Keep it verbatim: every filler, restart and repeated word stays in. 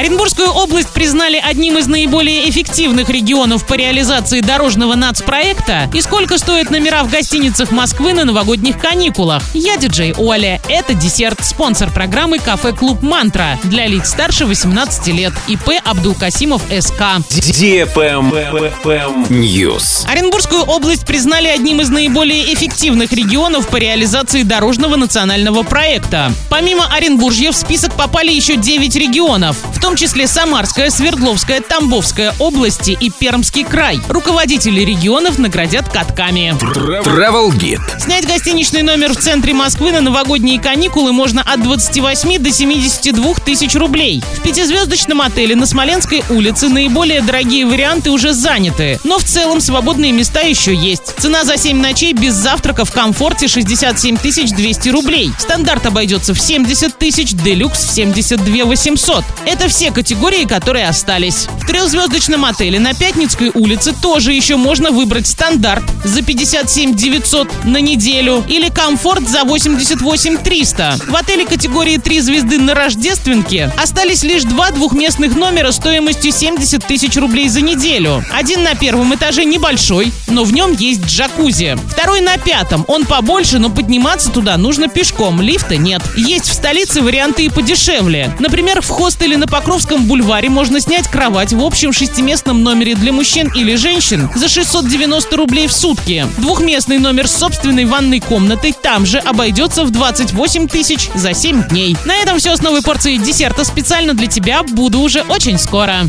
Оренбургскую область признали одним из наиболее эффективных регионов по реализации дорожного нацпроекта. И сколько стоят номера в гостиницах Москвы на новогодних каникулах? Я диджей Оля. Это десерт. Спонсор программы «Кафе-клуб Мантра» для лиц старше восемнадцати лет. ИП Абдулкасимов СК. News. Оренбургскую область признали одним из наиболее эффективных регионов по реализации дорожного национального проекта. Помимо Оренбуржья в список попали еще девять регионов, в том числе Самарская, Свердловская, Тамбовская области и Пермский край. Руководители регионов наградят катками. Travel Guide. Снять гостиничный номер в центре Москвы на новогодние каникулы можно от двадцати восьми до семидесяти двух тысяч рублей. В пятизвездочном отеле на Смоленской улице наиболее дорогие варианты уже заняты, но в целом свободные места еще есть. Цена за семь ночей без завтрака в комфорте шестьдесят семь тысяч двести рублей. Стандарт обойдется в семьдесят тысяч, делюкс в семьдесят две восемьсот. Это все категории, которые остались. В трехзвездочном отеле на Пятницкой улице тоже еще можно выбрать стандарт за пятьдесят семь девятьсот на неделю или комфорт за восемьдесят восемь триста. В отеле категории три звезды на Рождественке остались лишь два двухместных номера стоимостью семьдесят тысяч рублей за неделю. Один на первом этаже небольшой, но в нем есть джакузи. Второй на пятом. Он побольше, но подниматься туда нужно пешком. Лифта нет. Есть в столице варианты и подешевле. Например, в хостеле на Покровском бульваре можно снять кровать в общем шестиместном номере для мужчин или женщин за шестьсот девяносто рублей в сутки. Двухместный номер с собственной ванной комнатой там же обойдется в двадцать восемь тысяч за семь дней. На этом все с новой порцией десерта специально для тебя. Буду уже очень скоро.